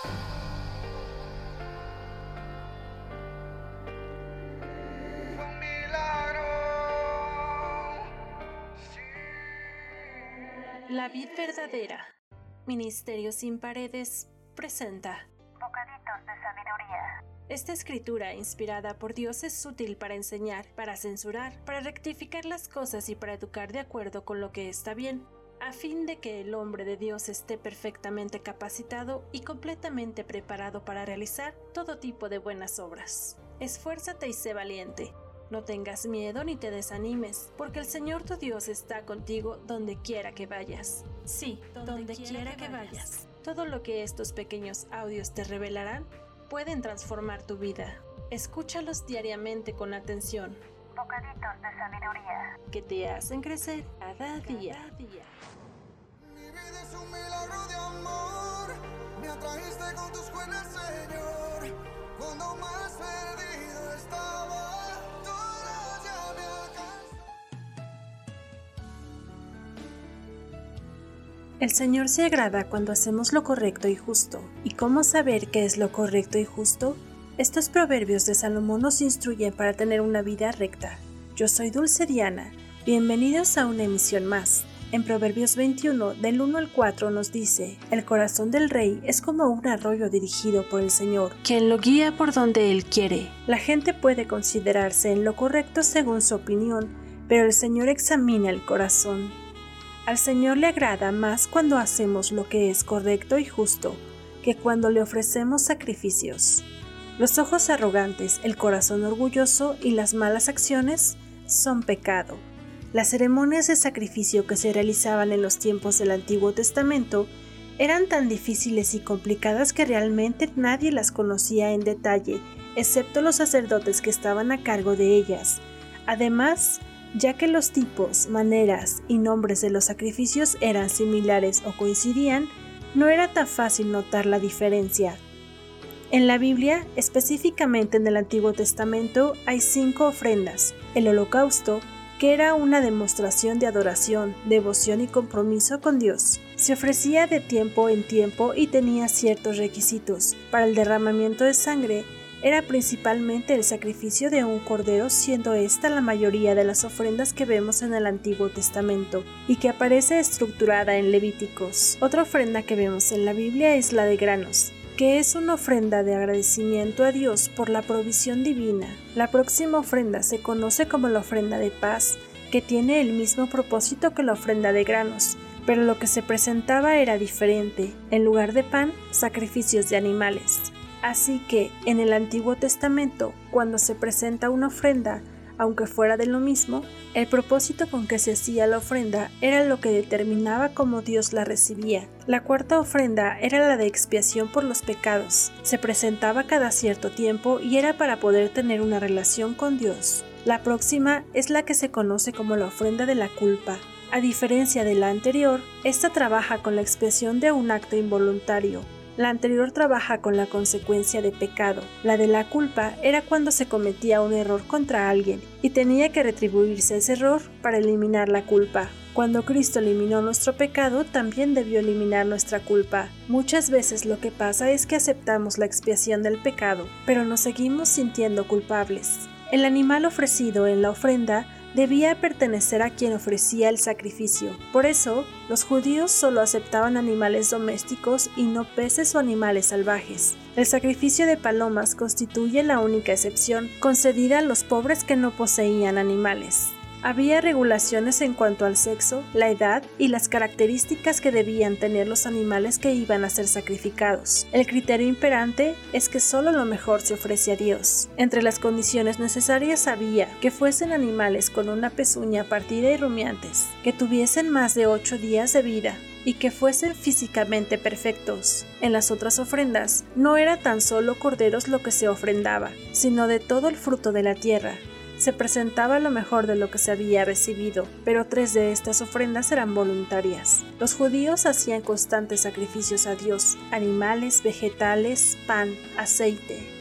La vid verdadera, Ministerio sin Paredes, presenta Bocaditos de Sabiduría. Esta escritura inspirada por Dios es útil para enseñar, para censurar, para rectificar las cosas y para educar de acuerdo con lo que está bien, a fin de que el hombre de Dios esté perfectamente capacitado y completamente preparado para realizar todo tipo de buenas obras. Esfuérzate y sé valiente. No tengas miedo ni te desanimes, porque el Señor tu Dios está contigo donde quiera que vayas. Sí, donde quiera que vayas. Todo lo que estos pequeños audios te revelarán pueden transformar tu vida. Escúchalos diariamente con atención. Bocaditos de Sabiduría. Que te hacen crecer cada día. Mi vida es un milagro de amor. Me atrajiste con tus buenas, Señor. Cuando más perdido estaba, tu gracia me alcanzó. El Señor se agrada cuando hacemos lo correcto y justo. ¿Y cómo saber qué es lo correcto y justo? Estos proverbios de Salomón nos instruyen para tener una vida recta. Yo soy Dulce Diana. Bienvenidos a una emisión más. En Proverbios 21, del 1 al 4 nos dice: el corazón del rey es como un arroyo dirigido por el Señor, quien lo guía por donde Él quiere. La gente puede considerarse en lo correcto según su opinión, pero el Señor examina el corazón. Al Señor le agrada más cuando hacemos lo que es correcto y justo, que cuando le ofrecemos sacrificios. Los ojos arrogantes, el corazón orgulloso y las malas acciones son pecado. Las ceremonias de sacrificio que se realizaban en los tiempos del Antiguo Testamento eran tan difíciles y complicadas que realmente nadie las conocía en detalle, excepto los sacerdotes que estaban a cargo de ellas. Además, ya que los tipos, maneras y nombres de los sacrificios eran similares o coincidían, no era tan fácil notar la diferencia. En la Biblia, específicamente en el Antiguo Testamento, hay 5 ofrendas: el holocausto, que era una demostración de adoración, devoción y compromiso con Dios. Se ofrecía de tiempo en tiempo y tenía ciertos requisitos. Para el derramamiento de sangre, era principalmente el sacrificio de un cordero, siendo esta la mayoría de las ofrendas que vemos en el Antiguo Testamento y que aparece estructurada en Levíticos. Otra ofrenda que vemos en la Biblia es la de granos, que es una ofrenda de agradecimiento a Dios por la provisión divina. La próxima ofrenda se conoce como la ofrenda de paz, que tiene el mismo propósito que la ofrenda de granos, pero lo que se presentaba era diferente. En lugar de pan, sacrificios de animales. Así que, en el Antiguo Testamento, cuando se presenta una ofrenda, aunque fuera de lo mismo, el propósito con que se hacía la ofrenda era lo que determinaba cómo Dios la recibía. La cuarta ofrenda era la de expiación por los pecados. Se presentaba cada cierto tiempo y era para poder tener una relación con Dios. La próxima es la que se conoce como la ofrenda de la culpa. A diferencia de la anterior, esta trabaja con la expiación de un acto involuntario. La anterior trabaja con la consecuencia de pecado. La de la culpa era cuando se cometía un error contra alguien y tenía que retribuirse ese error para eliminar la culpa. Cuando Cristo eliminó nuestro pecado, también debió eliminar nuestra culpa. Muchas veces lo que pasa es que aceptamos la expiación del pecado, pero nos seguimos sintiendo culpables. El animal ofrecido en la ofrenda debía pertenecer a quien ofrecía el sacrificio. Por eso, los judíos solo aceptaban animales domésticos y no peces o animales salvajes. El sacrificio de palomas constituye la única excepción concedida a los pobres que no poseían animales. Había regulaciones en cuanto al sexo, la edad y las características que debían tener los animales que iban a ser sacrificados. El criterio imperante es que solo lo mejor se ofrece a Dios. Entre las condiciones necesarias había que fuesen animales con una pezuña partida y rumiantes, que tuviesen más de 8 días de vida y que fuesen físicamente perfectos. En las otras ofrendas no era tan solo corderos lo que se ofrendaba, sino de todo el fruto de la tierra. Se presentaba lo mejor de lo que se había recibido, pero 3 de estas ofrendas eran voluntarias. Los judíos hacían constantes sacrificios a Dios: animales, vegetales, pan, aceite,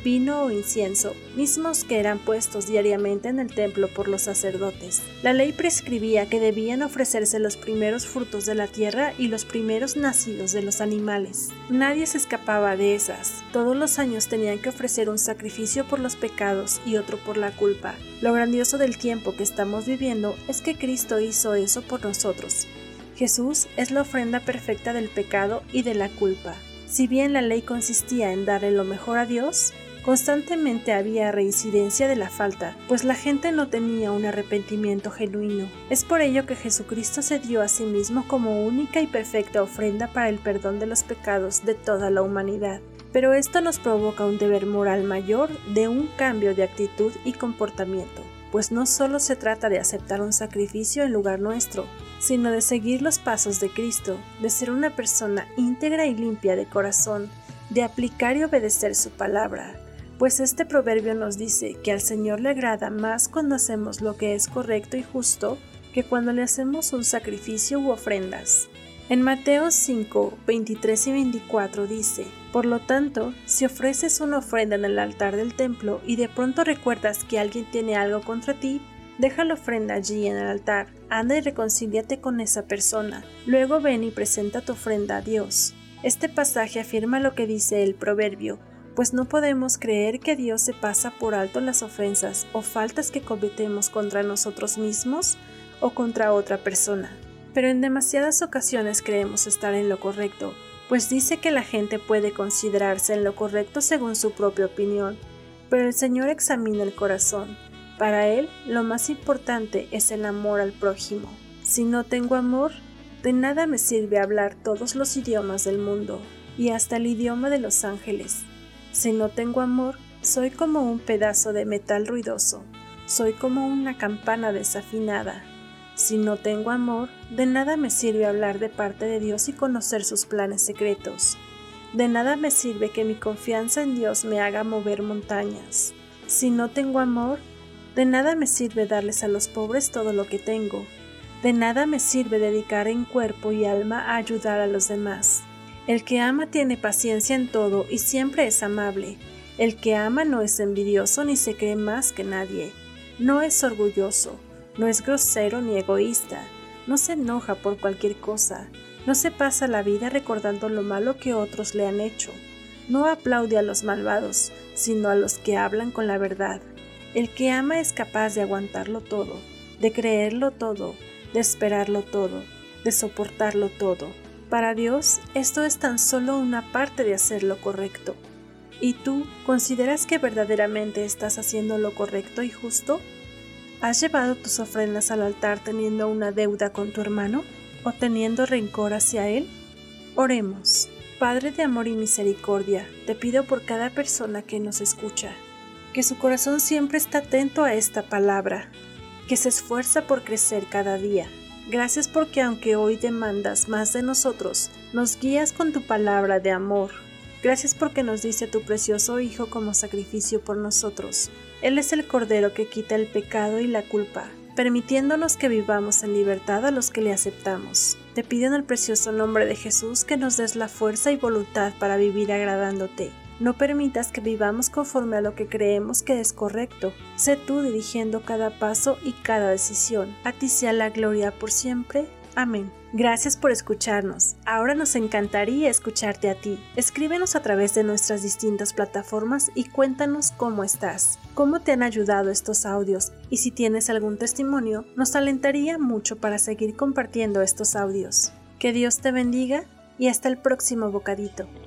vino o incienso, mismos que eran puestos diariamente en el templo por los sacerdotes. La ley prescribía que debían ofrecerse los primeros frutos de la tierra y los primeros nacidos de los animales. Nadie se escapaba de esas. Todos los años tenían que ofrecer un sacrificio por los pecados y otro por la culpa. Lo grandioso del tiempo que estamos viviendo es que Cristo hizo eso por nosotros. Jesús es la ofrenda perfecta del pecado y de la culpa. Si bien la ley consistía en darle lo mejor a Dios, constantemente había reincidencia de la falta, pues la gente no tenía un arrepentimiento genuino. Es por ello que Jesucristo se dio a sí mismo como única y perfecta ofrenda para el perdón de los pecados de toda la humanidad. Pero esto nos provoca un deber moral mayor de un cambio de actitud y comportamiento, pues no solo se trata de aceptar un sacrificio en lugar nuestro, sino de seguir los pasos de Cristo, de ser una persona íntegra y limpia de corazón, de aplicar y obedecer su palabra, pues este proverbio nos dice que al Señor le agrada más cuando hacemos lo que es correcto y justo que cuando le hacemos un sacrificio u ofrendas. En Mateo 5, 23 y 24 dice: Por lo tanto, si ofreces una ofrenda en el altar del templo y de pronto recuerdas que alguien tiene algo contra ti, deja la ofrenda allí en el altar, anda y reconcíliate con esa persona. Luego ven y presenta tu ofrenda a Dios. Este pasaje afirma lo que dice el proverbio, pues no podemos creer que Dios se pasa por alto las ofensas o faltas que cometemos contra nosotros mismos o contra otra persona. Pero en demasiadas ocasiones creemos estar en lo correcto, pues dice que la gente puede considerarse en lo correcto según su propia opinión, pero el Señor examina el corazón. Para Él, lo más importante es el amor al prójimo. Si no tengo amor, de nada me sirve hablar todos los idiomas del mundo, y hasta el idioma de los ángeles. Si no tengo amor, soy como un pedazo de metal ruidoso, soy como una campana desafinada. Si no tengo amor, de nada me sirve hablar de parte de Dios y conocer sus planes secretos. De nada me sirve que mi confianza en Dios me haga mover montañas. Si no tengo amor, de nada me sirve darles a los pobres todo lo que tengo. De nada me sirve dedicar en cuerpo y alma a ayudar a los demás. El que ama tiene paciencia en todo y siempre es amable. El que ama no es envidioso ni se cree más que nadie. No es orgulloso, no es grosero ni egoísta, no se enoja por cualquier cosa, no se pasa la vida recordando lo malo que otros le han hecho. No aplaude a los malvados, sino a los que hablan con la verdad. El que ama es capaz de aguantarlo todo, de creerlo todo, de esperarlo todo, de soportarlo todo. Para Dios, esto es tan solo una parte de hacer lo correcto. ¿Y tú consideras que verdaderamente estás haciendo lo correcto y justo? ¿Has llevado tus ofrendas al altar teniendo una deuda con tu hermano o teniendo rencor hacia él? Oremos. Padre de amor y misericordia, te pido por cada persona que nos escucha, que su corazón siempre está atento a esta palabra, que se esfuerza por crecer cada día. Gracias porque aunque hoy demandas más de nosotros, nos guías con tu palabra de amor. Gracias porque nos diste tu precioso Hijo como sacrificio por nosotros. Él es el Cordero que quita el pecado y la culpa, permitiéndonos que vivamos en libertad a los que le aceptamos. Te pido en el precioso nombre de Jesús que nos des la fuerza y voluntad para vivir agradándote. No permitas que vivamos conforme a lo que creemos que es correcto. Sé tú dirigiendo cada paso y cada decisión. A ti sea la gloria por siempre. Amén. Gracias por escucharnos. Ahora nos encantaría escucharte a ti. Escríbenos a través de nuestras distintas plataformas y cuéntanos cómo estás, cómo te han ayudado estos audios y si tienes algún testimonio, nos alentaría mucho para seguir compartiendo estos audios. Que Dios te bendiga y hasta el próximo bocadito.